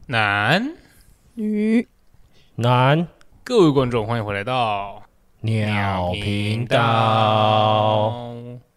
男女男各位观众，欢迎回来到鸟频道。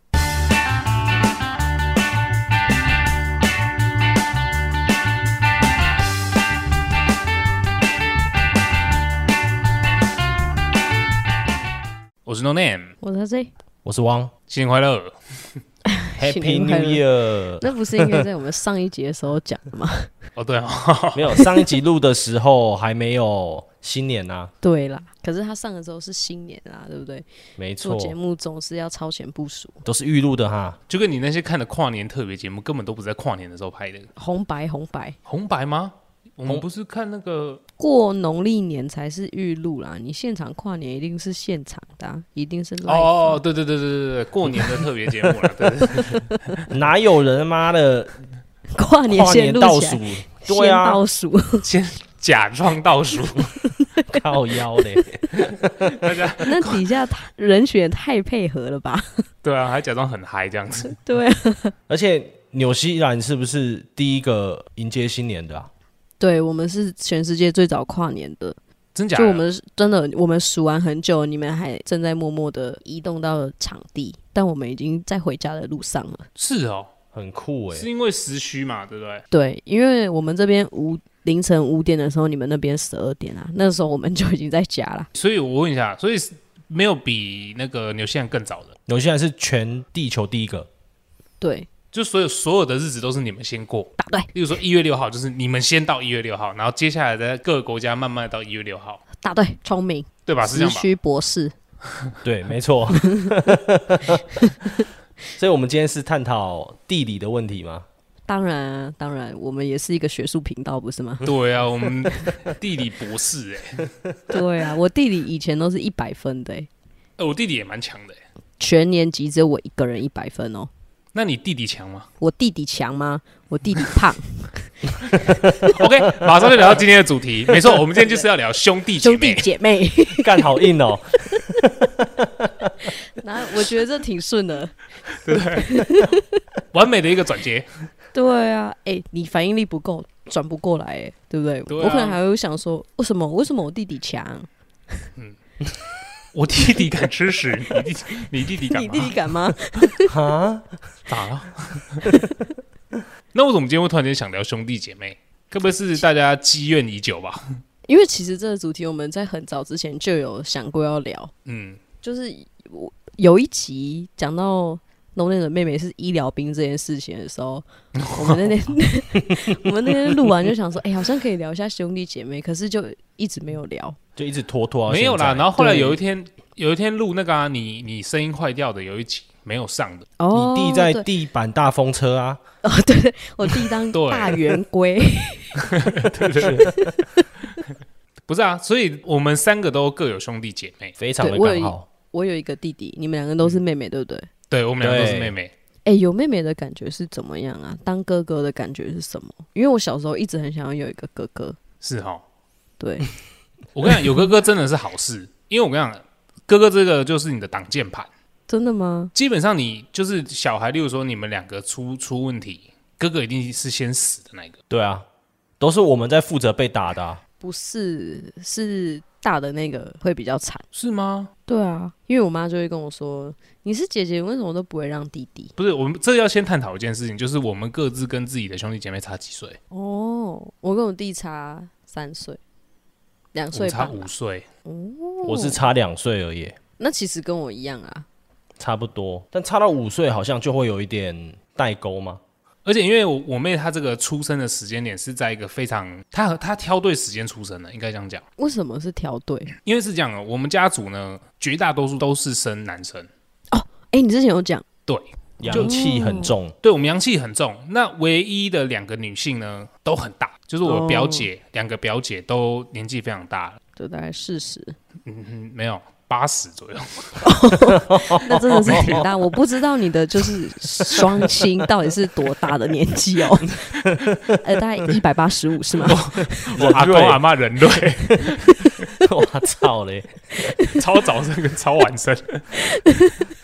我是 No Name， 我是 Z， 我是汪新年快乐 ，Happy New Year。 那不是应该在我们上一集的时候讲的吗？ 哦，对啊， 没有，上一集录的时候还没有新年啊。 对啦，可是他上的时候是新年啦，对不对？ 没错， 做节目总是要超前部署。 都是预录的哈。 就跟你那些看的跨年特别节目，根本都不是在跨年的时候拍的。 红白红白红白吗？我们不是看那个过农历年才是预录啦，你现场跨年一定是现场的啊、一定是 live 哦，对对对对对对，过年的特别节目啦，对对对， 哪有人妈的跨年跨先录年倒数起来？ 对啊， 先倒数， 先假装倒数， 靠腰嘞。 大家那底下人选太配合了吧？ 对啊，还假装很嗨这样子。 对啊， 而且纽西兰是不是第一个迎接新年的啊？ 对我们是全世界最早跨年的。 真假的？ 就我们真的，我们数完很久，你们还正在默默的移动到场地，但我们已经在回家的路上了。 是哦， 很酷哎、 是因为时区嘛，对不对？ 对，因为我们这边凌晨5点的时候，你们那边12点啊，那时候我们就已经在家了。 所以我问一下，所以没有比那个纽西兰更早的？ 纽西兰是全地球第一个。 对， 就所有的日子都是你们先过， 答对， 例如说1月6号，就是你们先到1月6号，然后接下来在各个国家慢慢到1月6号， 答对，聪明， 对吧？是这样吧？ 时区博士。 对，没错。所以我们今天是探讨地理的问题吗？ 当然啊，当然，我们也是一个学术频道，不是吗？ 对啊，我们地理博士对啊，我地理以前都是100分的我弟弟也蛮强的全年级只有我一个人100分哦。 那你弟弟强吗我弟弟强吗？我弟弟胖。 ？OK， 马上就聊到今天的主题。没错，我们今天就是要聊兄弟姐兄弟妹。 姐妹， 干好硬哦。 然后我觉得这挺顺的。 完美的一个转接。 对啊，你反应力不够，转不过来，对不对？ 对啊我可能还会想说，为什么我弟弟强？ 我弟弟敢吃屎，你弟弟敢吗？ 你弟弟敢吗？ 哈， 咋了？那为什么今天会突然间想聊兄弟姐妹？该不会是大家积怨已久吧？ 因为其实这个主题我们在很早之前就有想过要聊，就是有一集讲到农内的妹妹是医疗兵这件事情的时候，我们那天录完就想说，好像可以聊一下兄弟姐妹，可是就一直没有聊， 就一直拖到没有啦。 现在然后后来有一天录那个你声音坏掉的有一集没有上的。 哦， 你弟在对地板大风车啊。 对，我弟当大圆规。 对，不是啊，所以我们3个都各有兄弟姐妹， 非常的刚好。 我有一个弟弟，你们2个都是妹妹，对不对？ 对我们2个都是妹妹。 有妹妹的感觉是怎么样啊？当哥哥的感觉是什么？因为我小时候一直很想要有一个哥哥。 是齁。 对， 我跟你讲，有哥哥真的是好事，因为我跟你讲，哥哥这个就是你的挡箭牌。 真的吗？ 基本上你就是小孩，例如说你们2个出问题，哥哥一定是先死的那个。 对啊，都是我们在负责被打的啊。 不是，是大的那个会比较惨。 是吗？ 对啊，因为我妈就会跟我说：“你是姐姐，为什么都不会让弟弟不是，我们这要先探讨一件事情，就是我们各自跟自己的兄弟姐妹差几岁？？” 哦，我跟我弟差3岁，2岁我差半吧。 5岁。 我是差2岁而已， 那其实跟我一样啊。 差不多。但差到5岁好像就会有一点代沟嘛。 而且因为我妹她这个出生的时间点是在一个非常她挑对时间出生的，应该这样讲。 为什么是挑对？ 因为是这样的，我们家族呢绝大多数都是生男生。 你之前有讲。 对， 阳气很重。 对我们阳气很重。那唯一的2个女性呢都很大，就是我表姐2个表姐都年纪非常大了。 就大概40， 没有80左右。 那真的是挺大。我不知道你的就是双亲到底是多大的年纪哦。大概185是吗？ 我阿公阿嬷人类。 我操嘞！ 超早生跟超晚生。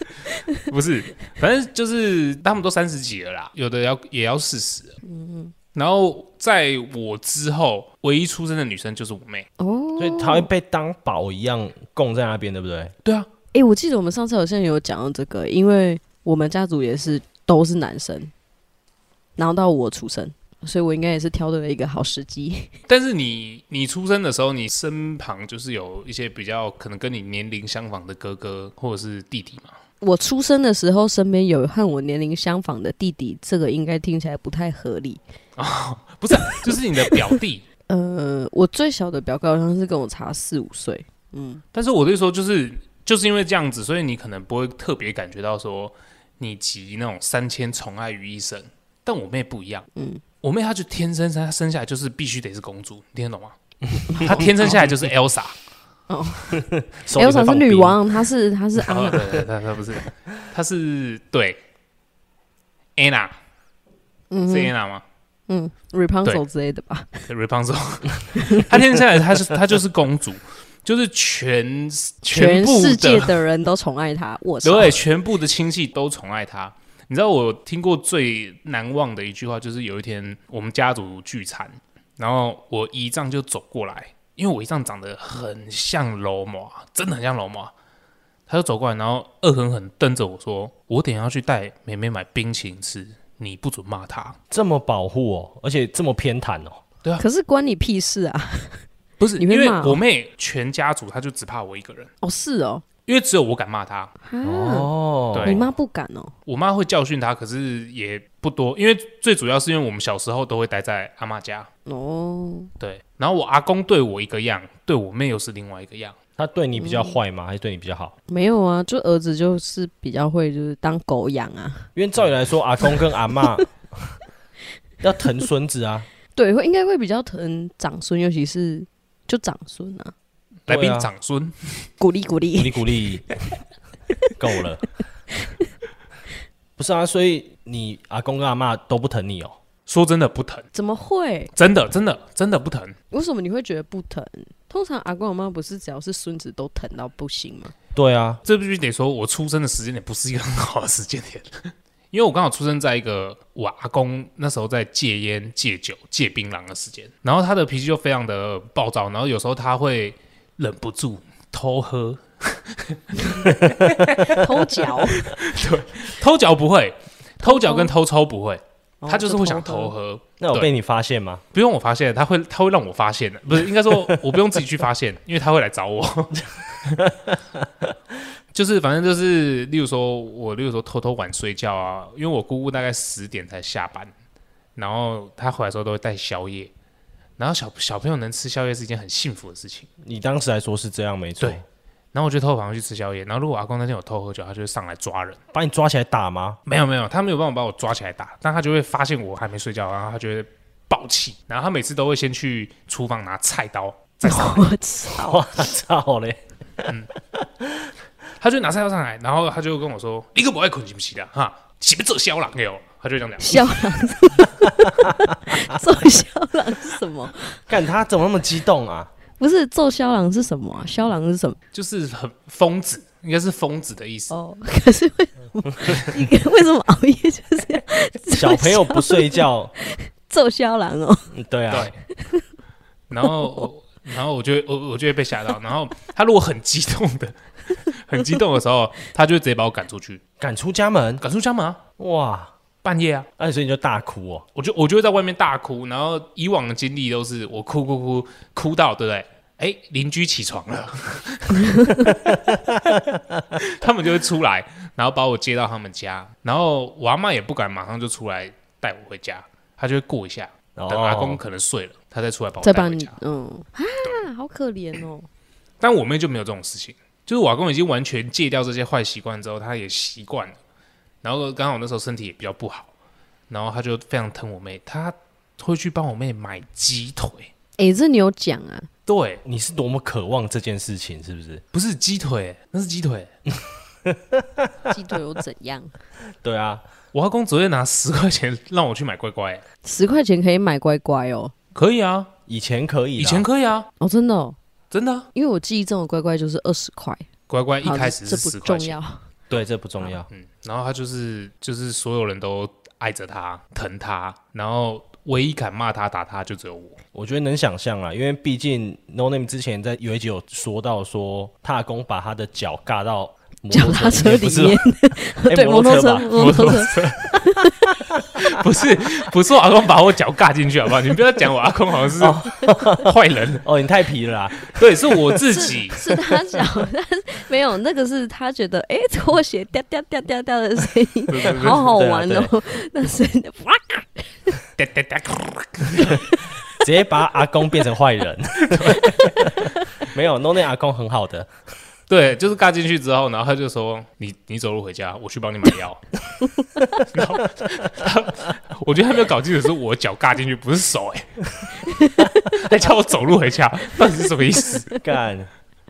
不是，反正就是他们都30几了啦，有的也要40了。 然后在我之后，唯一出生的女生就是我妹。 所以她会被当宝一样供在那边，对不对？ 对啊， 我记得我们上次好像有讲到这个，因为我们家族也是都是男生，然后到我出生，所以我应该也是挑对了一个好时机。 但是你出生的时候，你身旁就是有一些比较可能跟你年龄相仿的哥哥或者是弟弟嘛。 我出生的时候，身边有和我年龄相仿的弟弟，这个应该听起来不太合理。 不是、就是你的表弟。 我最小的表哥好像是跟我差4-5岁。 但是我对说，就是因为这样子，所以你可能不会特别感觉到说你集那种3000宠爱于一身。但我妹不一样，我妹她就天生她生下来就是必须得是公主，你听得懂吗？她天生下来就是 Elsa。 Elsa 是女王，她是安娜。 对，她不是，她是对 Anna，是 Anna 吗 ？Rapunzel 之类的吧。 Rapunzel， 她天生下来她就是公主，就是全部世界的人都宠爱她。我操， 对，全部的亲戚都宠爱她。你知道我听过最难忘的一句话，就是有一天我们家族聚餐，然后我姨丈就走过来。因为我姨丈长得很像罗马，真的很像罗马，他就走过来，然后恶狠狠瞪着我说：“我等一下要去带妹妹买冰淇淋吃，你不准骂她。” 这么保护哦，而且这么偏袒哦。 对啊， 可是关你屁事啊！ 不是， 你会骂因为我妹全家族，她就只怕我一个人。 哦，是哦， 因为只有我敢骂她。对， 你妈不敢哦。 我妈会教训她，可是也不多，因为最主要是因为我们小时候都会待在阿嬷家。对，然后我阿公对我一个样，对我妹又是另外一个样。 他对你比较坏吗？还是对你比较好？ 没有啊，就儿子就是比较会，就是当狗养啊。 因为照理来说，阿公跟阿嬷要疼孙子啊。 对，应该会比较疼长孙，尤其是就长孙啊。 来宾长孙， 鼓励鼓励鼓励，够了。不是啊，所以你阿公跟阿嬷都不疼你哦。 说真的不疼， 怎么会？ 真的不疼。 为什么你会觉得不疼？通常阿公阿嬷不是只要是孙子都疼到不行吗？ 对啊， 这必须得说，我出生的时间点不是一个很好的时间点，因为我刚好出生在一个我阿公那时候在戒烟、戒酒、戒槟榔的时间，然后他的脾气就非常的暴躁，然后有时候他会忍不住偷喝、 偷嚼， 对，偷嚼不会，偷嚼跟偷抽不会。他就是会想偷喝。 那有被你发现吗？ 不用我发现，他会让我发现的，不是应该说我不用自己去发现，因为他会来找我。就是反正就是，例如说偷偷晚睡觉啊，因为我姑姑大概10点才下班，然后她回来的时候都会带宵夜，然后小朋友能吃宵夜是一件很幸福的事情。 你当时来说是这样没错。 对。然后我就偷跑去吃宵夜，然后如果阿公那天有偷喝酒，他就会上来抓人， 把你抓起来打吗？ 没有，他没有办法把我抓起来打，但他就会发现我还没睡觉，然后他就会爆气，然后他每次都会先去厨房拿菜刀再上来。 我操嘞！ 他就拿菜刀上来，然后他就跟我说：“你个不爱困是不是啦？哈，是不是做肖郎的哦？”他就这样讲。 肖郎，做肖郎是什么？ 干他怎么那么激动啊？ 不是揍肖郎是什么啊？肖郎是什么？ 就是很疯子，应该是疯子的意思。 哦，可是为什么熬夜就是这样？ 小朋友不睡觉， 揍肖郎哦。 对啊。 对。然后我就会被吓到。然后他如果很激动的时候，他就会直接把我赶出去， 赶出家门啊！ 哇！ 半夜啊， 所以你就大哭哦。 我就会在外面大哭，然后以往的经历都是我哭到，对不对？哎，邻居起床了，他们就会出来，然后把我接到他们家，然后我阿嬷也不敢马上就出来带我回家，她就会过一下，等阿公可能睡了，她再出来把我带回家。 好可怜哦。 但我妹就没有这种事情，就是我阿公已经完全戒掉这些坏习惯之后，她也习惯了。然后刚好那时候身体也比较不好，然后他就非常疼我妹，他会去帮我妹买鸡腿。 这你有讲啊？ 对， 你是多么渴望这件事情，是不是？ 不是鸡腿，那是鸡腿。 鸡腿又怎样？ 对啊， 我阿公只会拿10块钱让我去买乖乖。 10块钱可以买乖乖哦？ 可以啊， 以前可以啊。 哦，真的哦， 真的啊。 因为我记忆中的乖乖就是20块， 乖乖一开始是10块钱。 对，这不重要。 然后他就是所有人都爱着他、疼他，然后唯一敢骂他打他就只有我。 我觉得能想象啦，因为毕竟 No Name 之前在有一集有说到说，他阿公把他的脚尬到脚踏车里面，对， 摩托车吧， 摩托车， 不是我阿公把我脚尬进去好不好？你不要讲我阿公好像是坏人哦，你太皮了啦。 对，是我自己， 是他脚，但是没有那个是他觉得拖鞋掉掉掉掉掉的声音，好好玩哦，那声音哇， 直接把阿公变成坏人。没有 No Name 阿公很好的。 对，就是尬进去之后，然后他就说：“你走路回家，我去帮你买药。”然后我觉得他没有搞清楚是我脚尬进去，不是手还叫我走路回家，到底是什么意思？ 干！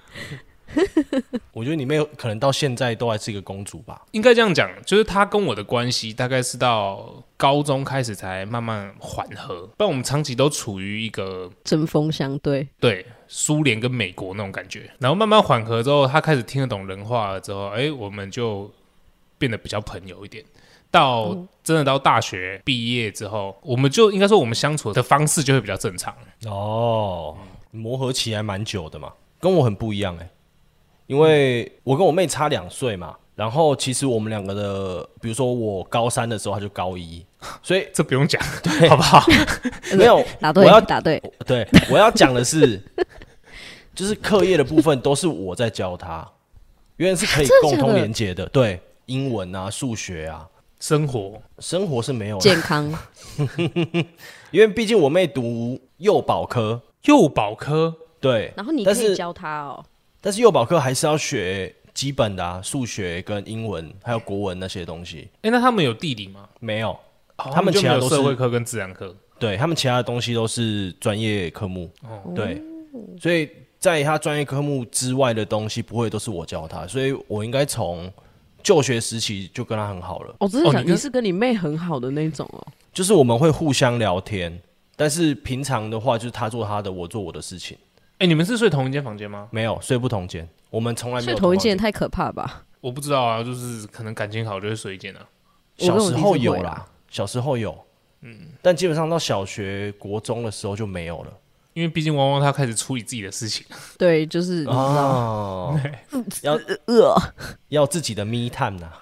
我觉得你妹可能到现在都还是一个公主吧。 应该这样讲，就是他跟我的关系大概是到高中开始才慢慢缓和，不然我们长期都处于一个针锋相对。 对。苏联跟美国那种感觉，然后慢慢缓和之后，他开始听得懂人话了之后，我们就变得比较朋友一点。到真的到大学毕业之后，我们就应该说我们相处的方式就会比较正常。 哦，磨合期还蛮久的嘛，跟我很不一样因为我跟我妹差2岁嘛，然后其实我们两个的，比如说我高3的时候，她就高1，所以这不用讲，好不好？ 没有， 答对，答对。 对，我要讲的是。就是课业的部分都是我在教他，原来是可以共同连结的。对，英文啊、数学啊、 生活是没有的健康， 因为毕竟我妹读幼保科， 对， 然后你可以教他哦。 但是幼保科还是要学基本的啊，数学跟英文还有国文那些东西。 那他们有地理吗？ 没有， 他们其他都是社会科跟自然科。 对，他们其他的东西都是专业科目。对，所以。在他专业科目之外的东西，不会都是我教他，所以我应该从就学时期就跟他很好了。 真的你是跟你妹很好的那种哦。 就是我们会互相聊天，但是平常的话就是他做他的，我做我的事情。 你们是睡同一间房间吗？ 没有，睡不同间。我们从来没有睡同一间，太可怕吧？ 我不知道啊，就是可能感情好就会睡一间啊。 小时候有啦，小时候有，但基本上到小学、国中的时候就没有了。 因为毕竟汪汪他开始处理自己的事情， 对，就是要自己的 me time 啊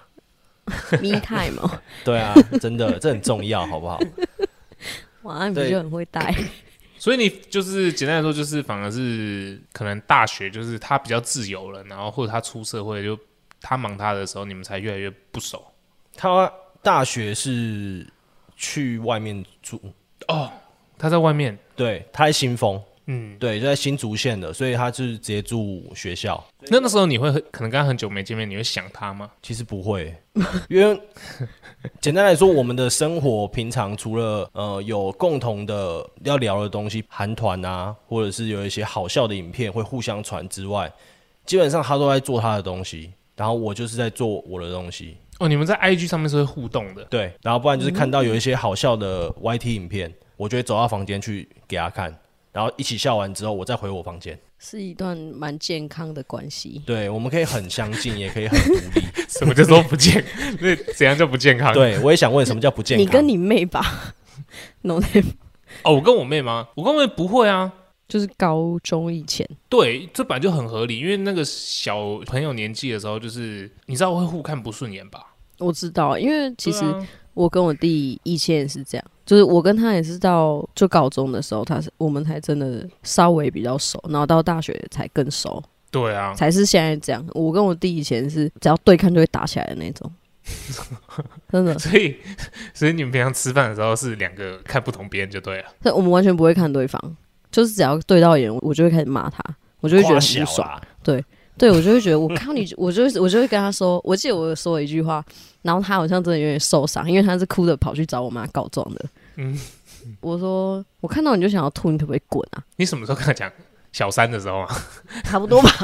，me time 哦， 对啊，真的这很重要，好不好？ 哇，你不就很会带？ 所以你就是简单来说，就是反而是可能大学就是他比较自由了，然后或者他出社会就他忙他的时候，你们才越来越不熟。 他大学是去外面住哦。他在外面， 对，他在新丰，对，就在新竹县的，所以他就是直接住学校。 那时候你会可能跟他很久没见面，你会想他吗？ 其实不会，因为简单来说，我们的生活平常除了有共同的要聊的东西，韩团啊，或者是有一些好笑的影片会互相传之外，基本上他都在做他的东西，然后我就是在做我的东西。 你们在 IG 上面是会互动的， 对，然后不然就是看到有一些好笑的 YT 影片。我就会走到房间去给他看，然后一起笑完之后，我再回我房间。 是一段蛮健康的关系。 对，我们可以很相近，也可以很独立。 什么叫做不健？那怎样叫不健康？ 对，我也想问什么叫不健康？ 你跟你妹吧？No name。 我跟我妹吗？我跟我妹不会啊， 就是高中以前。 对，这本来就很合理，因为那个小朋友年纪的时候，就是你知道会互看不顺眼吧？ 我知道，因为其实我跟我弟以前也是这样。就是我跟他也是到就高中的时候，我们才真的稍微比较熟，然后到大学才更熟。 对啊， 才是现在这样。我跟我弟以前是只要对看就会打起来的那种，真的。 所以你们平常吃饭的时候是两个看不同边就对了。 所以我们完全不会看对方，就是只要对到眼，我就会开始骂他，我就会觉得很不爽。对，我就会觉得我看你，我就会跟他说，我记得我说了一句话，然后他好像真的有点受伤，因为他是哭着跑去找我妈告状的。我说我看到你就想要吐，你可不可以滚啊？ 你什么时候跟他讲？小3的时候啊， 差不多吧。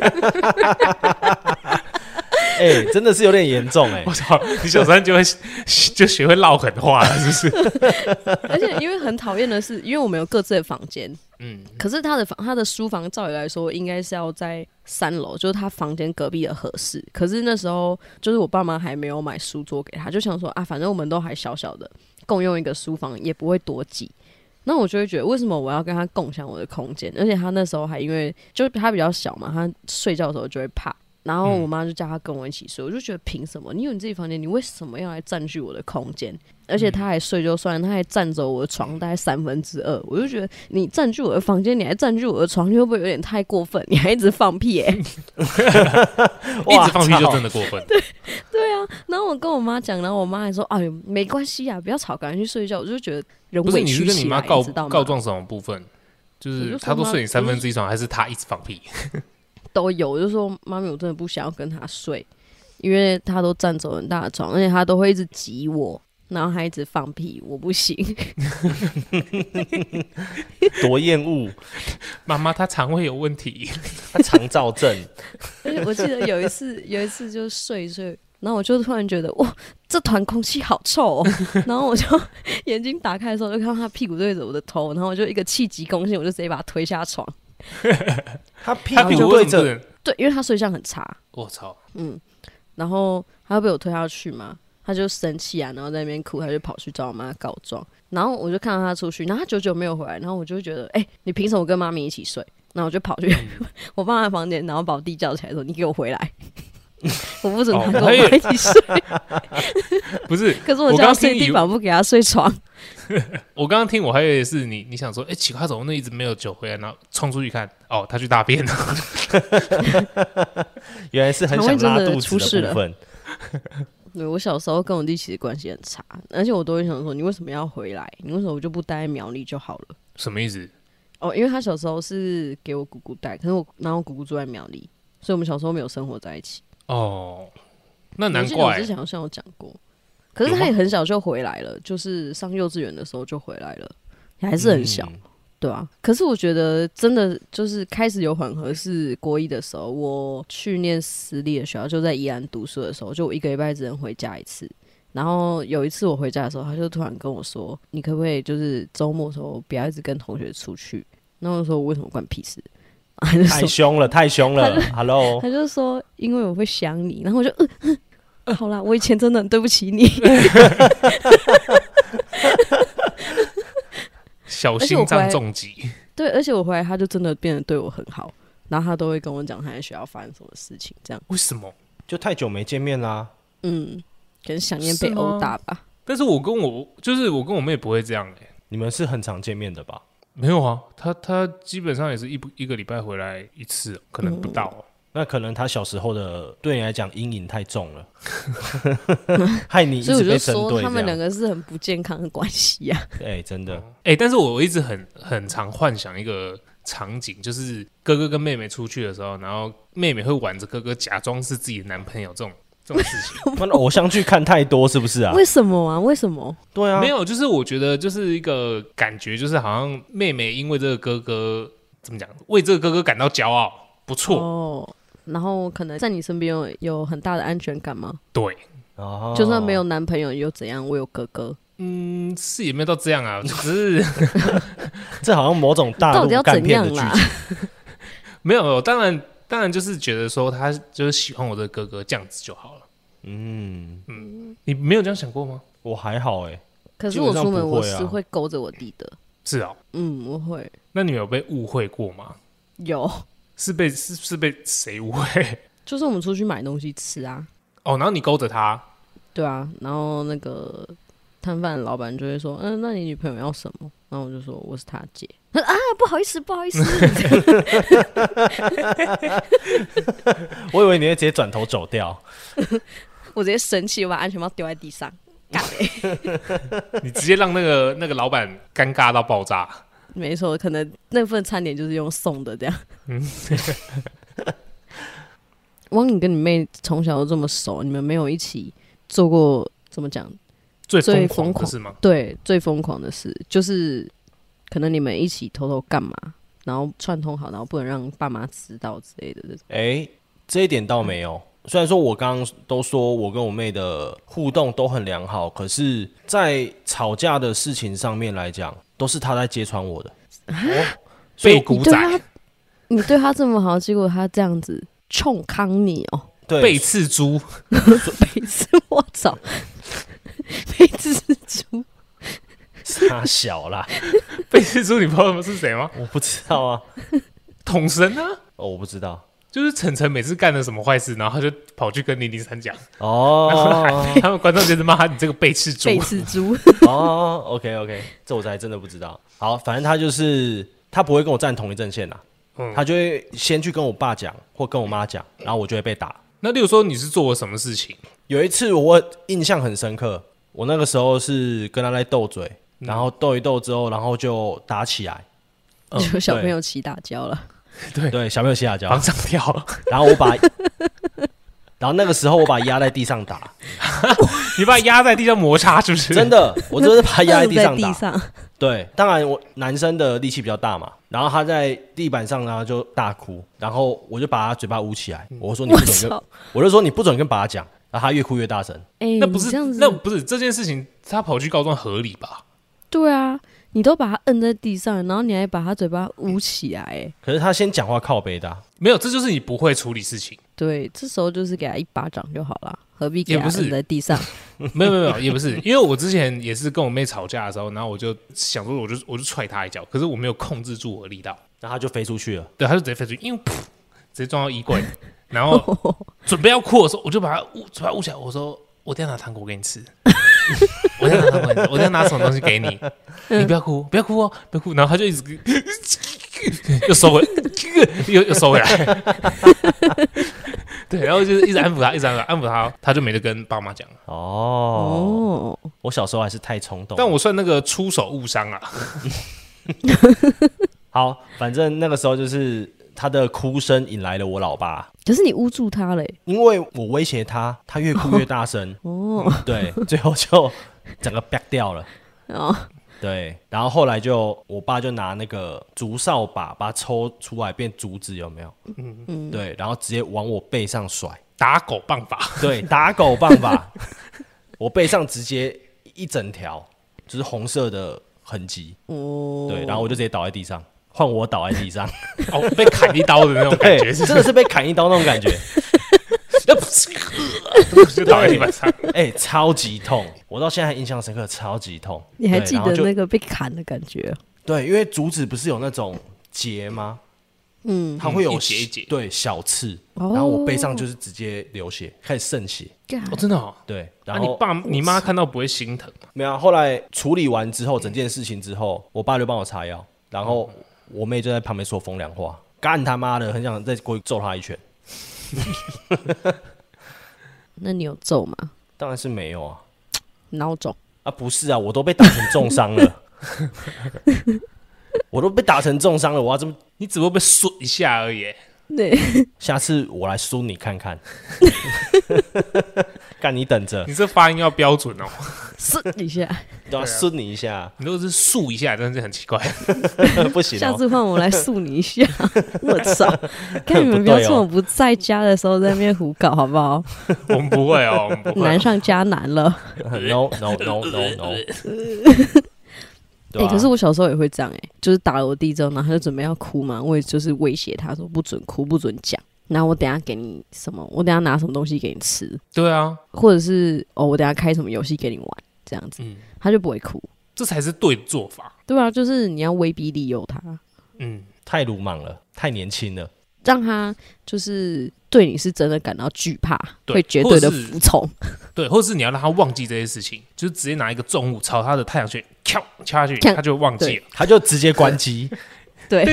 真的是有点严重我操，你小3就学会唠狠话了，是不是？ 而且因为很讨厌的是，因为我们有各自的房间，可是他的书房照理来说应该是要在3楼，就是他房间隔壁的和室。可是那时候就是我爸妈还没有买书桌给他，就想说啊，反正我们都还小小的， 共用一个书房，也不会多挤。那我就会觉得，为什么我要跟他共享我的空间？而且他那时候还因为就他比较小嘛，他睡觉的时候就会怕。然后我妈就叫他跟我一起睡，我就觉得凭什么？你有你自己房间，你为什么要来占据我的空间？而且他还睡就算，他还占走我的床大概2/3，我就觉得你占据我的房间，你还占据我的床，你会不会有点太过分？你还一直放屁一直放屁就真的过分。 对啊，然后我跟我妈讲，然后我妈还说：“哎呦，没关系啊，不要吵，赶快去睡觉。”我就觉得人委屈起来， 不是你是跟你妈告告状什么部分？就是她都睡你1/3床，还是她一直放屁？ 都有，我就说妈咪，我真的不想要跟他睡，因为他都占走很大的床，而且他都会一直挤我，然后还一直放屁，我不行。 多厌恶！ 妈妈她肠胃有问题， 他肠燥症。 而且我记得有一次就睡一睡，然后我就突然觉得哇，这团空气好臭哦，然后我就眼睛打开的时候，就看到他屁股对着我的头，然后我就一个气急攻心，我就直接把他推下床。 他屁股对着， 对，因为他睡相很差。 我操， 然后他被我推下去嘛，他就生气啊，然后在那边哭，他就跑去找我妈告状。然后我就看到他出去，然后他久久没有回来，然后我就觉得，你凭什么跟妈咪一起睡？然后我就跑去我爸妈的房间，然后把我弟叫起来说：“你给我回来！”我不准他跟我妈一起睡。 不是， 可是我叫他睡地板，不给他睡床。 我刚刚听，我还以为是你想说，奇怪，怎么那一直没有酒回来，然后冲出去看，哦，他去大便了。 原来是很想拉肚子的部分。 对，我小时候跟我弟其实关系很差，而且我都会想说，你为什么要回来？你为什么就不待在苗栗就好了？ 什么意思？ 哦，因为他小时候是给我姑姑带，可是然后我姑姑住在苗栗，所以我们小时候没有生活在一起。 哦，那难怪。 我之前好像有讲过，可是他也很小就回来了，就是上幼稚园的时候就回来了，还是很小，对啊。可是我觉得真的就是开始有缓和，是国一的时候，我去念私立的学校，就在宜兰读书的时候，就我1个礼拜只能回家一次。然后有一次我回家的时候，他就突然跟我说：“你可不可以就是周末的时候不要一直跟同学出去？”然后我说：“为什么关屁事？” 太凶了，太凶了 ！Hello， 他就说：“因为我会想你。”然后我就好啦，我以前真的很对不起你。 小心脏重击。 对，而且我回来他就真的变得对我很好，然后他都会跟我讲他在学校发生什么事情，这样。 为什么？ 就太久没见面啦。 可能想念被殴打吧。 但是我跟我妹不会这样你们是很常见面的吧？ 没有啊，她基本上也是一个礼拜回来一次，可能不到。 那可能他小时候的对你来讲阴影太重了，害你一直被针对。 所以我就说他们两个是很不健康的关系啊。 真的。 但是我一直很常幻想一个场景，就是哥哥跟妹妹出去的时候，然后妹妹会挽着哥哥假装是自己的男朋友这种事情。 那偶像剧看太多是不是啊？ 为什么啊？为什么？ 对啊， 没有，就是我觉得就是一个感觉，就是好像妹妹因为这个哥哥怎么讲，为这个哥哥感到骄傲，不错哦。然后可能在你身边有很大的安全感吗？ 对， 就算没有男朋友又怎样？我有哥哥。 是也没有到这样啊，只是这好像某种大陆干片的剧情。 没有，当然就是觉得说他就是喜欢我的哥哥，这样子就好了。你没有这样想过吗？ 我还好可是我出门我是会勾着我弟的。 是哦。 我会。 那你有被误会过吗？ 有。是被谁误会？ 就是我们出去买东西吃啊。 哦，然后你勾着他。对啊，然后那个摊贩老板就会说：“那你女朋友要什么？”然后我就说：“我是他姐。”啊，不好意思。 我以为你会直接转头走掉。 我直接生气，我把安全帽丢在地上，干你直接让那个老板尴尬到爆炸。 没错，可能那份餐点就是用送的这样。汪，你跟你妹从小都这么熟，你们没有一起做过怎么讲最疯狂的事吗？ 对，最疯狂的事就是可能你们一起偷偷干嘛，然后串通好，然后不能让爸妈知道之类的这种。 这一点倒没有。虽然说我刚刚都说我跟我妹的互动都很良好，可是在吵架的事情上面来讲，都是她在揭穿我的。 被鼓仔， 你对她这么好，结果她这样子冲康你哦。 对， 背刺猪， 背刺，我操，背刺猪。 傻小啦， 贝斯猪你不知道是谁吗？ 我不知道啊， 统神啊， 我不知道。 就是晨晨每次干了什么坏事，然后他就跑去跟003讲， 哦， 他们观众就是骂他你这个背刺猪。 背刺猪。 哦，OK， 这我才真的不知道。好，反正他就是他不会跟我站同一阵线啦，他就会先去跟我爸讲或跟我妈讲，然后我就会被打。 那例如说你是做了什么事情？ 有一次我印象很深刻，我那个时候是跟他在斗嘴，然后斗一斗之后，然后就打起来。 就小朋友起打交了。 对，小朋友起打交， 往上跳。 然后然后那个时候我把他压在地上打。 你把他压在地上摩擦是不是？ 真的，我就是把他压在地上打。 在地上。 对，当然我男生的力气比较大嘛，然后他在地板上，然后就大哭，然后我就把他嘴巴捂起来，我说你不准跟，我就说你不准跟爸爸讲，然后他越哭越大声。 那不是这件事情，他跑去告状合理吧？ 对啊，你都把他摁在地上，然后你还把他嘴巴捂起来， 可是他先讲话靠北的没有，这就是你不会处理事情。 对，这时候就是给他一巴掌就好了，何必给他摁在地上？ 没有，也不是，因为我之前也是跟我妹吵架的时候，然后我就想说，我就踹她一脚，可是我没有控制住我的力道， 然后他就飞出去了。 对，他就直接飞出去，因为直接撞到衣柜，然后准备要哭的时候，我就把他嘴巴捂起来，我说我等一下拿糖果给你吃。我等一下拿糖果给你吃，我等一下拿什么东西给你，你不要哭，不要哭哦，不要哭。然后他就一直又收回，又收回来。对，然后就是一直安抚他，一直安抚他，他就没得跟爸妈讲了。 哦，我小时候还是太冲动， 但我算那个出手误伤啊。 好，反正那个时候就是他的哭声引来了我老爸。 可是你捂住他嘞， 因为我威胁他，他越哭越大声。哦，对，最后就整个啪掉了。哦，对，然后后来就我爸就拿那个竹扫把把它抽出来变竹子，有没有？对，然后直接往我背上甩， 打狗棒法。 对，打狗棒法，我背上直接一整条就是红色的痕迹。哦，对，然后我就直接倒在地上。换我倒在地上， 哦，被砍一刀的那种感觉， 真的是被砍一刀那种感觉， 就倒在地板上， 超级痛，我到现在还印象深刻，超级痛。 你还记得那个被砍的感觉？ 对，因为竹子不是有那种结吗？它会有一节， 对，小刺，然后我背上就是直接流血，开始渗血。 哦，真的哦。 对，然后你妈看到不会心疼吗？ 没有，后来处理完之后，整件事情之后，我爸就帮我擦药，然后我妹就在旁边说风凉话，干他妈的，很想再过去揍他一拳。 那你有揍吗？ 当然是没有啊。 孬种啊，不是啊，我都被打成重伤了。我都被打成重伤了，我要这么？ 你只会被损一下而已。 对， 下次我来输你看看。干，你等着。 你这发音要标准哦。 顺一下， 都要顺你一下。 你如果是速一下，真的是很奇怪。 不行， 下次换我来速你一下。我操！看你们不要趁我不在家的时候在那边胡搞，好不好？ 我们不会哦， 难上加难了。 No。 可是我小时候也会这样就是打了我弟之后，然后他就准备要哭嘛，我也就是威胁他说不准哭，不准讲。然后我等一下给你什么，我等一下拿什么东西给你吃。 对啊， 或者是我等一下开什么游戏给你玩，这样子，他就不会哭。 这才是对的做法。 对啊，就是你要威逼利诱他。 太鲁莽了，太年轻了， 让他就是对你是真的感到惧怕，会绝对的服从。 对，或者是你要让他忘记这些事情，就是直接拿一个重物朝他的太阳穴敲下去，他就忘记了， 他就直接关机。 对，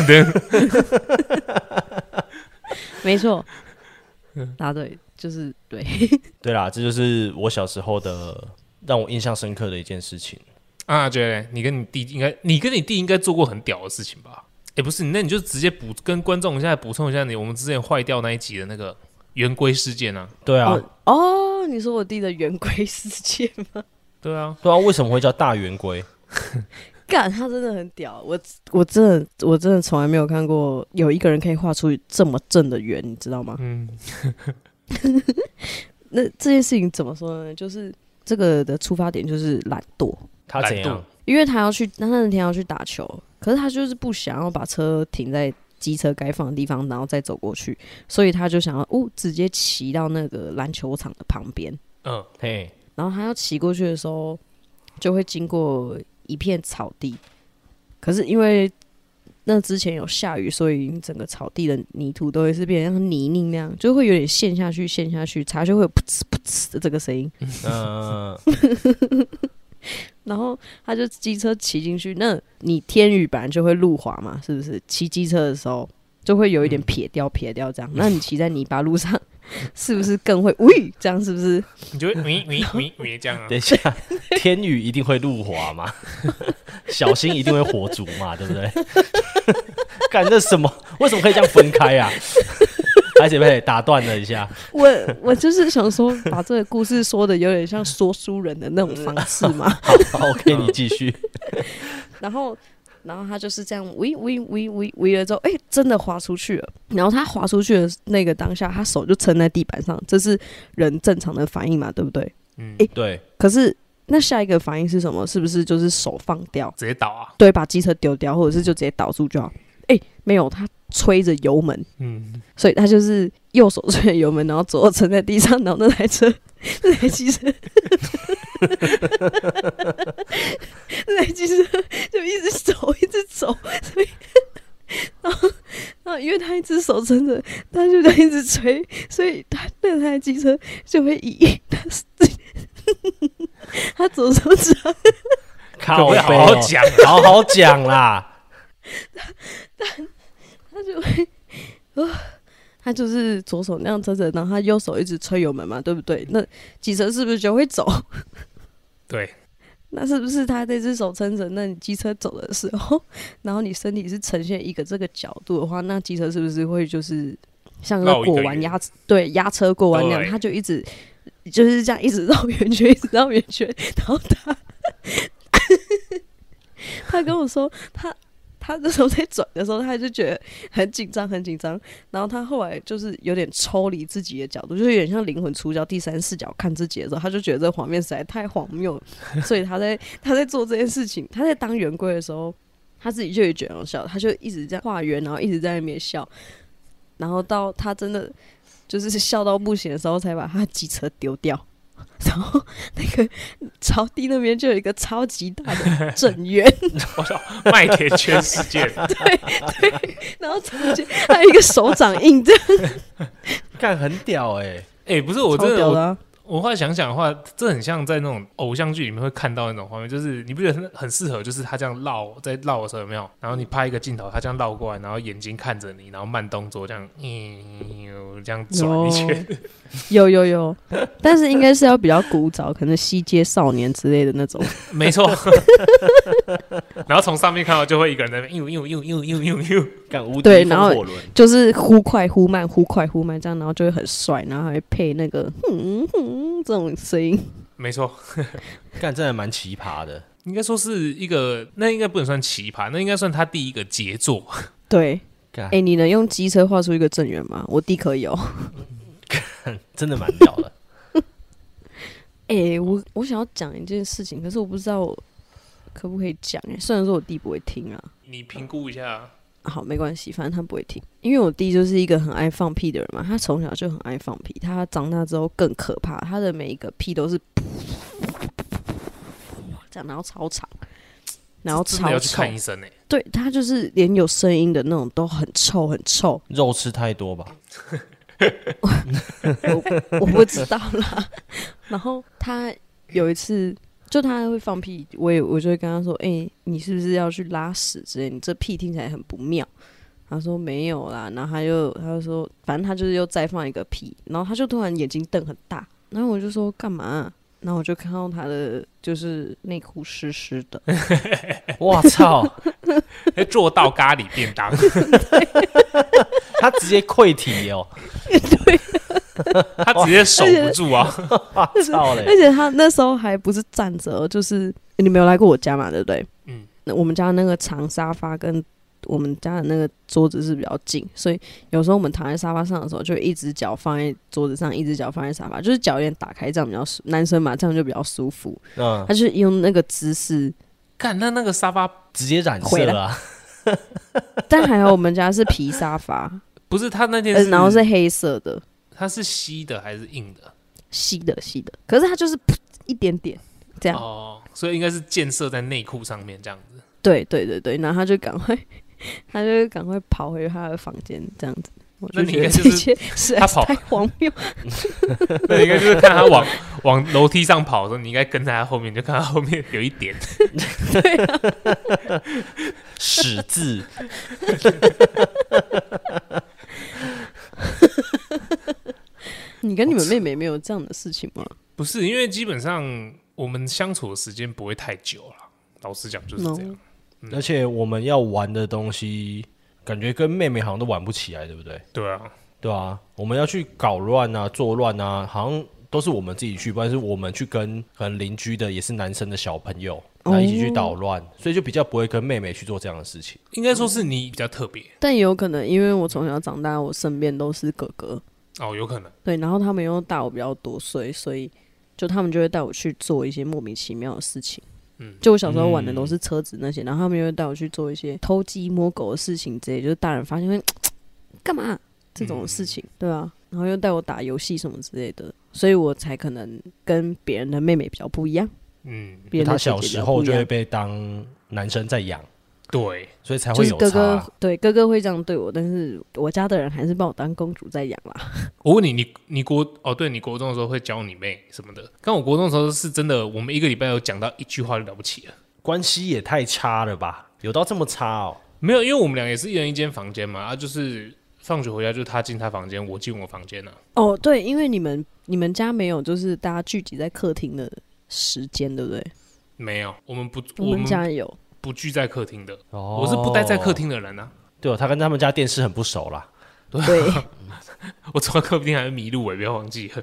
没错，答对，就是对。 对啦，这就是我小时候的让我印象深刻的一件事情。 觉得你跟你弟应该做过很屌的事情吧？不是，那你就直接跟观众现在补充一下我们之前坏掉那一集的那个圆规事件啊。 对啊。 你说我弟的圆规事件吗？ 对啊， 为什么会叫大圆规？ 干，他真的很屌，我真的从来没有看过有一个人可以画出这么正的圆，你知道吗？那这件事情怎么说呢？就是这个的出发点就是懒惰。 他怎样？ 因为他那天要去打球，可是他就是不想要把车停在机车该放的地方，然后再走过去，所以他就想要直接骑到那个篮球场的旁边。然后他要骑过去的时候，就会经过一片草地，可是因为那之前有下雨，所以整个草地的泥土都会是变成像泥泞那样，就会有点陷下去，茶就会有噗呲噗呲的这个声音。然后他就机车骑进去，那你天雨本来就会路滑嘛，是不是？骑机车的时候就会有一点撇掉这样。那你骑在泥巴路上，是不是更会喂？这样是不是？ 你就会喂这样啊？ 等一下，天雨一定会路滑嘛？小心一定会火烛嘛？对不对？干这什么？为什么可以这样分开啊？还是被打断了一下。 我就是想说，把这个故事说的有点像说书人的那种方式嘛。 好 ，OK， 你继续。 然后他就是这样喂了之后，真的滑出去了。然后他滑出去的那个当下，他手就撑在地板上，这是人正常的反应嘛，对不对？ 对。 可是那下一个反应是什么？是不是就是手放掉， 直接倒啊？ 对，把机车丢掉，或者是就直接倒住就好？没有，他吹着油门，所以他就是右手吹着油门，然后左手撑在地上，然后那台机车，那台机车就一直走，所以然后因为他一只手撑着，他就一直吹，所以那台机车就会以他左手指靠背， 好好讲啦。 他就会，他就是左手那样撑着，然后他右手一直吹油门嘛，对不对？那机车是不是就会走？ 对。 那是不是他这只手撑着，那你机车走的时候，然后你身体是呈现一个这个角度的话，那机车是不是会就是像个过弯压车过弯那样，他就一直就是这样一直绕圆圈，然后他跟我说他那时候在转的时候，他就觉得很紧张，然后他后来就是有点抽离自己的角度，就是有点像灵魂出窍，第三视角看自己的时候，他就觉得这个画面实在太荒谬了，所以他在做这件事情，他在当圆规的时候，他自己就也觉得很笑，他就一直在画圆，然后一直在那边笑，然后到他真的就是笑到不行的时候，才把他机车丢掉。然后那个草地那边就有一个超级大的震源， 我操，麦田圈事件。 对，然后中间还有一个手掌印，这样， 看很屌不是我真的， 啊， 我后来想想的话，这很像在那种偶像剧里面会看到那种画面，就是你不觉得很适合？就是他这样在绕的时候有没有？然后你拍一个镜头，他这样绕过来，然后眼睛看着你，然后慢动作这样，这样转一圈。 有，但是应该是要比较古早，可能西街少年之类的那种。 没错。然后从上面看到就会一个人在那边干无敌对，然后风火轮， 就是忽快忽慢这样，然后就会很帅，然后还会配那个这种声音。 没错。 干真的蛮奇葩的。 应该说是一个，那应该不能算奇葩，那应该算他第一个杰作。 对。你能用机车画出一个正圆吗？我弟可以哦。 真的蛮屌的。 我想要讲一件事情，可是我不知道我可不可以讲。虽然说我弟不会听啊， 你评估一下。 好，没关系，反正他不会听，因为我弟就是一个很爱放屁的人嘛，他从小就很爱放屁，他长大之后更可怕，他的每一个屁都是这样，然后超长，然后超臭， 真的要去看医生对，他就是连有声音的那种都很臭， 肉吃太多吧？ 我不知道啦。然后他有一次，就他会放屁，我就会跟他说：“你是不是要去拉屎之类？你这屁听起来很不妙。”他说：“没有啦。”然后他就说：“反正他就是又再放一个屁。”然后他就突然眼睛瞪很大，然后我就说：“干嘛？”然后我就看到他的就是内裤湿湿的。 我操！ 做到咖喱便当。 他直接溃体哦。 对。 他直接守不住啊！ 操嘞！ 而且他那时候还不是站着，就是你没有来过我家嘛，对不对？那我们家那个长沙发跟我们家的那个桌子是比较近，所以有时候我们躺在沙发上的时候，就一只脚放在桌子上，一只脚放在沙发，就是脚有点打开，这样比较男生嘛，这样就比较舒服。他就是用那个姿势。 干，那个沙发直接染色啊！ 但还好我们家是皮沙发， 不是他那天是， 然后是黑色的。 它是稀的还是硬的？ 稀的，可是它就是一点点， 这样。 哦，所以应该是建设在内裤上面这样子。 对对对对，然后他就赶快跑回他的房间这样子。我就觉得这一切实在是太荒谬。 那你应该就是看他往楼梯上跑的时候，你应该跟在他后面，就看他后面有一点。 对啊， 屎字。 你跟你们妹妹没有这样的事情吗？ 不是，因为基本上我们相处的时间不会太久了。老实讲就是这样。 而且我们要玩的东西，感觉跟妹妹好像都玩不起来，对不对？ 对啊， 对啊，我们要去搞乱啊、作乱啊，好像都是我们自己去，不然是我们去跟可能邻居的也是男生的小朋友，然后一起去捣乱，所以就比较不会跟妹妹去做这样的事情。 应该说是你比较特别， 但也有可能因为我从小长大，我身边都是哥哥。 哦，有可能。 对，然后他们又大我比较多岁，所以就他们就会带我去做一些莫名其妙的事情。就我小时候玩的都是车子那些，然后他们又会带我去做一些偷鸡摸狗的事情之类，就是大人发现会干嘛这种事情，对啊，然后又带我打游戏什么之类的，所以我才可能跟别人的妹妹比较不一样。 他小时候就会被当男生在养。 对， 所以才会有差。 就是哥哥会这样对我，但是我家的人还是把我当公主在养啦。 我问你，你国中的时候会教你妹什么的？但我国中的时候是真的，我们一个礼拜有讲到一句话就了不起了。 关系也太差了吧？有到这么差哦？ 没有，因为我们俩也是一人一间房间嘛，就是放学回家就是他进他房间，我进我房间啊。 哦，对，因为你们家没有就是大家聚集在客厅的时间，对不对？ 没有，我们家有。 不聚在客厅的，我是不待在客厅的人啊。 对哦，他跟他们家电视很不熟啦。 对， 我走到客厅还会迷路，不要忘记。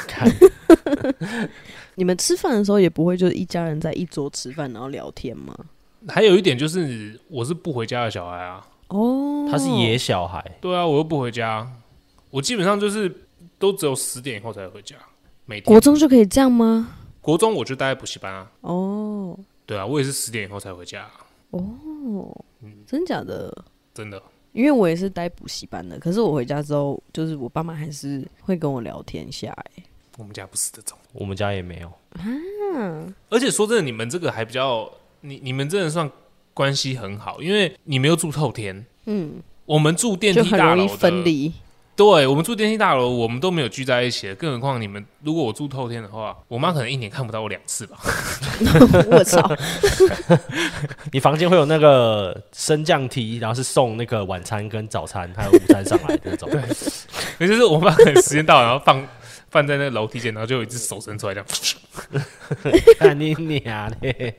你们吃饭的时候也不会就是一家人在一桌吃饭然后聊天吗？ 还有一点就是，我是不回家的小孩啊。 哦， 他是野小孩。 对啊，我又不回家，我基本上就是都只有10点以后才回家。每天国中就可以这样吗？ 国中我就待在补习班啊。 哦。 对啊，我也是10点以后才回家。 哦，真假的？ 真的， 因为我也是待补习班的，可是我回家之后，就是我爸妈还是会跟我聊天一下。 我们家不是这种， 我们家也没有。 而且说真的，你们这个还比较，你们真的算关系很好，因为你没有住透天。我们住电梯大楼的，就很容易分离。 对，我们住电梯大楼，我们都没有聚在一起的，更何况你们。如果我住透天的话，我妈可能1年看不到我2次吧。 我操！ 你房间会有那个升降梯，然后是送那个晚餐跟早餐还有午餐上来的那种。 对，也就是我妈可能时间到了，然后放在那个楼梯间，然后就有一只手伸出来这样。 看你娘嘞！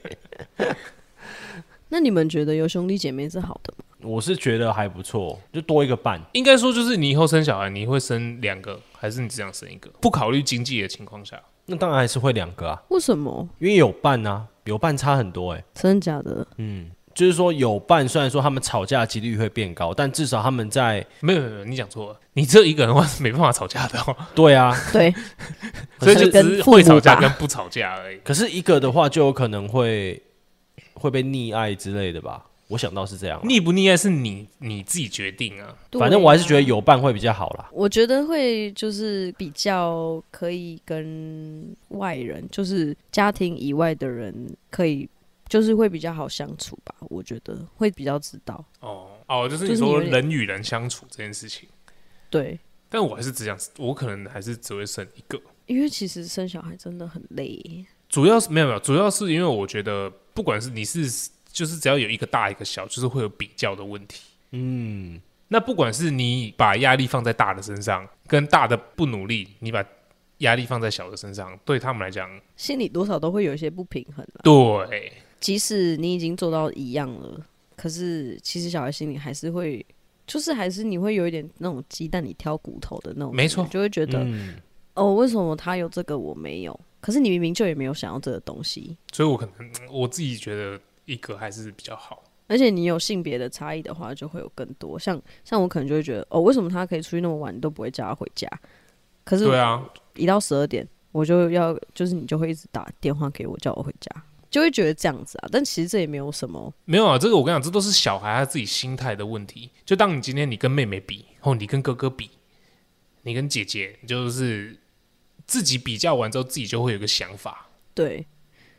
那你们觉得有兄弟姐妹是好的吗？ 我是觉得还不错，就多一个伴。 应该说就是你以后生小孩，你会生2个，还是你只想生1个？不考虑经济的情况下， 那当然还是会2个啊。 为什么？ 因为有伴啊，有伴差很多真的假的？ 就是说有伴，虽然说他们吵架的几率会变高，但至少他们在没有，你讲错了，你这一个人的话是没办法吵架的哦。 对啊， 对， 所以就只是会吵架跟不吵架而已。 可是一个的话，就有可能会被溺爱之类的吧。我想到是这样， 溺不溺爱是你自己决定啊。 反正我还是觉得有伴会比较好啦。 我觉得会就是比较可以跟外人，就是家庭以外的人，可以就是会比较好相处吧。我觉得会比较知道。 就是你说人与人相处这件事情。 对。 但我还是只想，我可能还是只会生1个， 因为其实生小孩真的很累。 主要是没有，主要是因为我觉得，不管是你是。就是只要有一个大一个小，就是会有比较的问题。那不管是你把压力放在大的身上，跟大的不努力，你把压力放在小的身上，对他们来讲， 心里多少都会有一些不平衡啦。 对， 即使你已经做到一样了，可是其实小孩心里还是会，就是还是你会有一点那种鸡蛋里挑骨头的那种， 没错， 就会觉得，为什么他有这个我没有？可是你明明就也没有想要这个东西， 所以我可能我自己觉得。1个还是比较好， 而且你有性别的差异的话，就会有更多。像我可能就会觉得，为什么他可以出去那么晚，你都不会叫他回家？可是对啊， 一到12点，我就要就是你就会一直打电话给我，叫我回家，就会觉得这样子啊。但其实这也没有什么， 没有啊。这个我跟你讲，这都是小孩他自己心态的问题。就当你今天你跟妹妹比，或你跟哥哥比，你跟姐姐，就是自己比较完之后，自己就会有个想法。 对。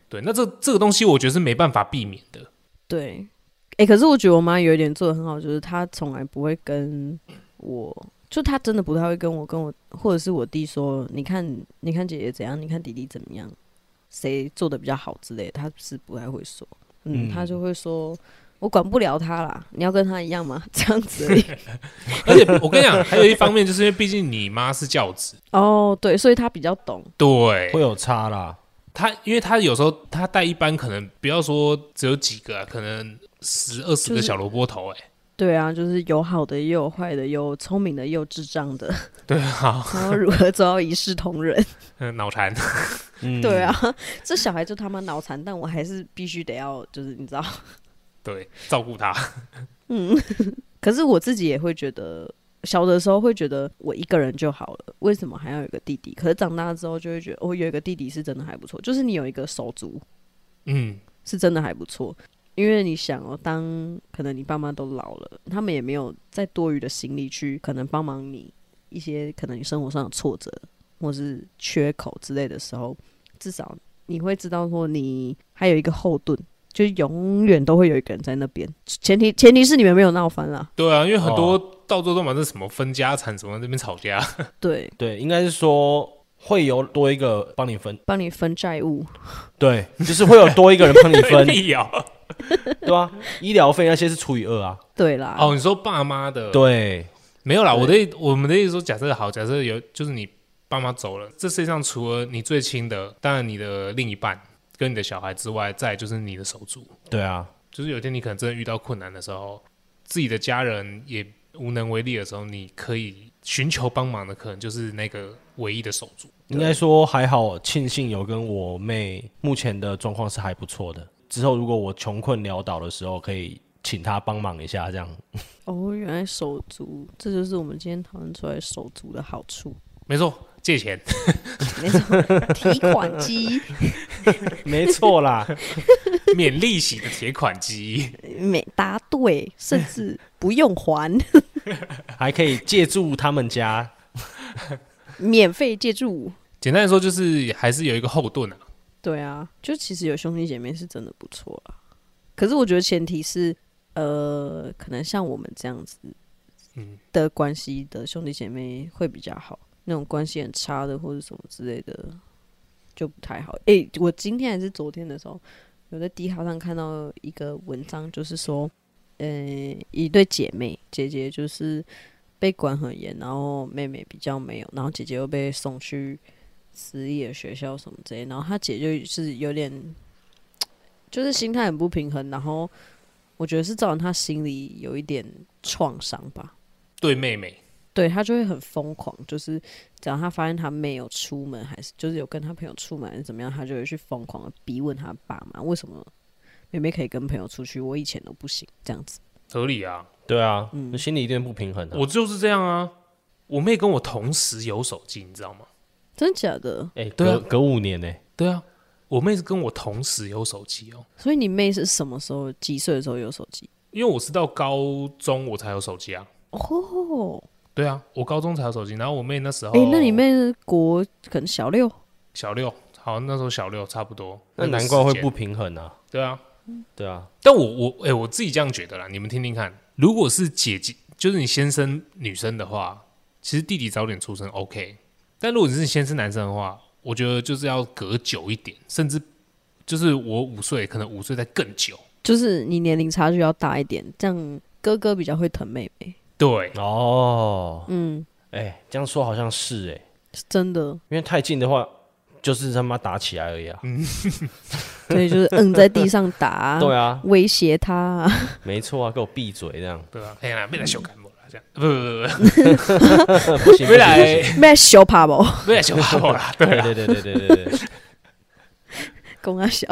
对，那这个东西我觉得是没办法避免的。 对，可是我觉得我妈有一点做得很好，就是她从来不会跟我，就她真的不太会跟我或者是我弟说，你看姐姐怎样，你看弟弟怎么样，谁做的比较好之类的，她是不太会说。她就会说，我管不了他啦，你要跟他一样吗？这样子而已。 而且我跟你讲，还有一方面就是因为毕竟你妈是教子哦，对，所以她比较懂。 对， 会有差啦。 因为他有时候他带一班，可能不要说只有几个啊，可能10、20个小萝卜头对啊，就是有好的，也有坏的，有聪明的，也有智障的。 对啊， 然后如何做到一视同仁？ 脑残。 对啊，这小孩就他妈脑残，但我还是必须得要，就是你知道， 对，照顾他。 可是我自己也会觉得，小的时候会觉得我一个人就好了，为什么还要有一个弟弟？可是长大之后就会觉得，有一个弟弟是真的还不错，就是你有一个手足，是真的还不错。因为你想当可能你爸妈都老了，他们也没有再多余的心力去可能帮忙你一些可能你生活上的挫折或是缺口之类的时候，至少你会知道说你还有一个后盾，就永远都会有一个人在那边。前提是你们没有闹翻啦。 对啊，因为很多到最后都嘛是什么分家产，什么那边吵架。 对， 应该是说会有多一个帮你分债务。 对，就是会有多一个人帮你分。对啊，医疗费那些是除以2啊。 对啦。 哦，你说爸妈的？ 对， 没有啦。我们的意思说，假设有，就是你爸妈走了，这世界上除了你最亲的，当然你的另一半跟你的小孩之外，再来就是你的手足。 对啊， 就是有一天你可能真的遇到困难的时候，自己的家人也无能为力的时候，你可以寻求帮忙的，可能就是那个唯一的手足。 应该说还好，庆幸有跟我妹目前的状况是还不错的。之后如果我穷困潦倒的时候，可以请她帮忙一下，这样。 哦，原来手足，这就是我们今天讨论出来手足的好处。 没错，借钱。 没错，提款机。 没错啦， 免利息的提款机。 答对，甚至不用还。 还可以借住他们家。 免费借住。 简单来说，就是还是有一个后盾啊。 对啊，就其实有兄弟姐妹是真的不错啦。可是我觉得前提是，可能像我们这样子的关系的兄弟姐妹会比较好，那种关系很差的或者什么之类的就不太好。我今天还是昨天的时候，有在D卡上看到一个文章，就是说，一对姐妹，姐姐就是被管很严，然后妹妹比较没有，然后姐姐又被送去私立的学校什么之类，然后她姐就是有点，就是心态很不平衡，然后我觉得是造成她心里有一点创伤吧。 对妹妹， 对她就会很疯狂，就是只要她发现她妹有出门，还是就是有跟她朋友出门还是怎么样，她就会去疯狂的逼问她爸妈，为什么妹妹可以跟朋友出去，我以前都不行，这样子。 合理啊。 对啊，心里一定不平衡啊。 我就是这样啊，我妹跟我同时有手机，你知道吗？ 真的假的？ 对啊，隔5年呢。 对啊，我妹是跟我同时有手机哦。 所以你妹是什么时候几岁的时候有手机？ 因为我是到高中我才有手机啊。 哦， 对啊，我高中才有手机，然后我妹那时候， 那你妹是可能小6， 好像那时候小6差不多。 那难怪会不平衡啊。 对啊， 对啊。 但我自己这样觉得啦，你们听听看，如果是姐姐，就是你先生女生的话，其实弟弟早点出生 OK。但如果你是先生男生的话，我觉得就是要隔久一点，甚至就是我5岁，可能5岁再更久， 就是你年龄差距要大一点，这样哥哥比较会疼妹妹。 对， 哦，这样说好像是是真的， 因为太近的话，就是他妈打起来而已啊。 所以就是在地上打啊， 对啊， 威胁他啊， 没错啊，给我闭嘴这样。 对啊，哎呀，别来修改我了，这样不行， 别来别小怕不， 别来修改我了，对啊， 对， 公阿小。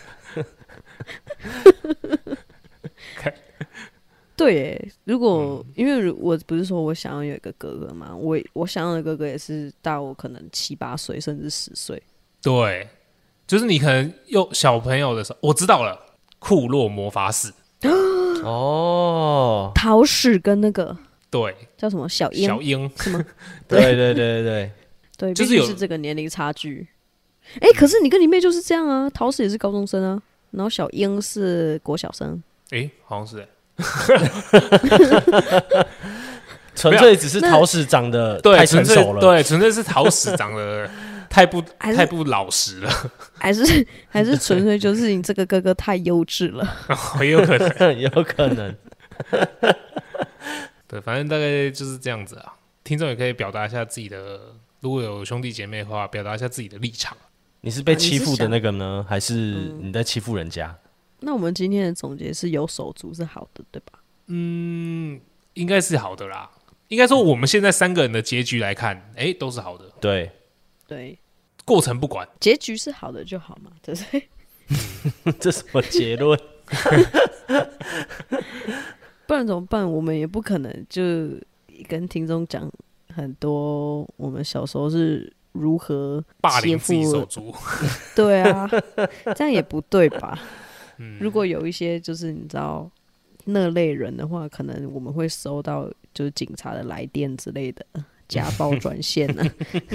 对耶，如果因为我不是说我想要有一个哥哥嘛，我想要的哥哥也是大我可能7、8岁，甚至10岁。 对，就是你可能有小朋友的时候，我知道了，库洛魔法使。 哦， 桃矢跟那个对叫什么小樱是吗？ 对， 对， 就是有是这个年龄差距。 可是你跟你妹就是这样啊，桃矢也是高中生啊，然后小英是国小生。 好像是纯粹只是桃矢长得对， 太成熟了， 对，纯粹是桃矢长得太不老实了， 还是纯粹就是你这个哥哥太幼稚了， 也有可能， 有可能。 对，反正大概就是这样子啊。听众也可以表达一下自己的，如果有兄弟姐妹的话，表达一下自己的立场。 你是被欺负的那个呢，还是你在欺负人家？ 那我们今天的总结是有手足是好的，对吧？ 应该是好的啦。应该说我们现在3个人的结局来看，都是好的。 对， 过程不管， 结局是好的就好嘛，对不对？ 这什么结论？ 不然怎么办？我们也不可能就跟听众讲很多我们小时候是如何霸凌自己手足。 对啊，这样也不对吧？如果有一些就是你知道那类人的话，可能我们会收到就是警察的来电之类的家暴专线啊。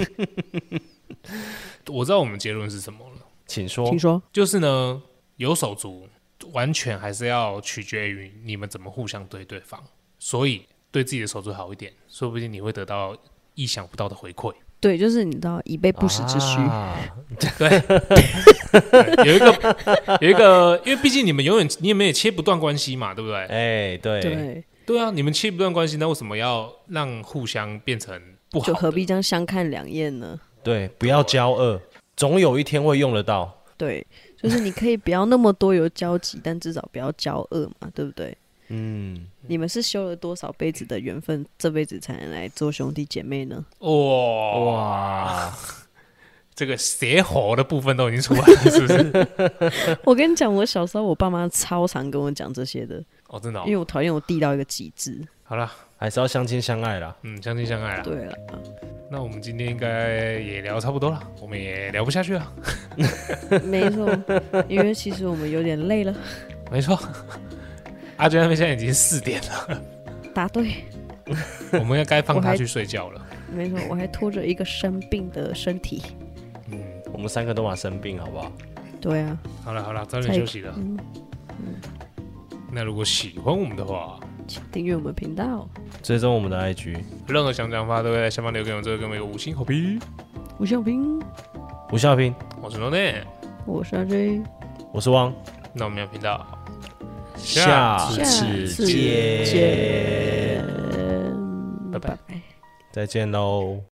我知道我们结论是什么了， 请说。 就是呢，有手足完全还是要取决于你们怎么互相对对方，所以对自己的手足好一点，说不定你会得到意想不到的回馈。 对，就是你知道以备不时之需。 对，有一个，因为毕竟你们也切不断关系嘛，对不对？对啊，你们切不断关系，那为什么要让互相变成不好的？ 就何必这样相看两厌呢？ 对，不要交恶，总有一天会用得到。 对，就是你可以不要那么多有交集，但至少不要交恶嘛，对不对？你们是修了多少辈子的缘分，这辈子才能来做兄弟姐妹呢？ 哇，这个邪火的部分都已经出来了，是不是？ 我跟你讲，我小时候我爸妈超常跟我讲这些的。 真的因为我讨厌我弟到一个极致。 好啦， 还是要相亲相爱啦。 相亲相爱啦。 对了， 那我们今天应该也聊差不多了，我们也聊不下去了。 没错，因为其实我们有点累了。 没错。阿娟那边现在已经4点了， 答对， 我们该放他去睡觉了。 没错，我还拖着一个生病的身体。 我们3个都嘛生病，好不好？ 对啊。 好了，早点休息了。那如果喜欢我们的话， 请订阅我们频道， 追踪我们的 IG， 任何想讲法都会在下方留言，给我们一个5星好评。 吴小平， 吴小平， 我是罗内， 我是阿 J， 我是汪。 那我们的频道下次见， 拜拜， 再见喽。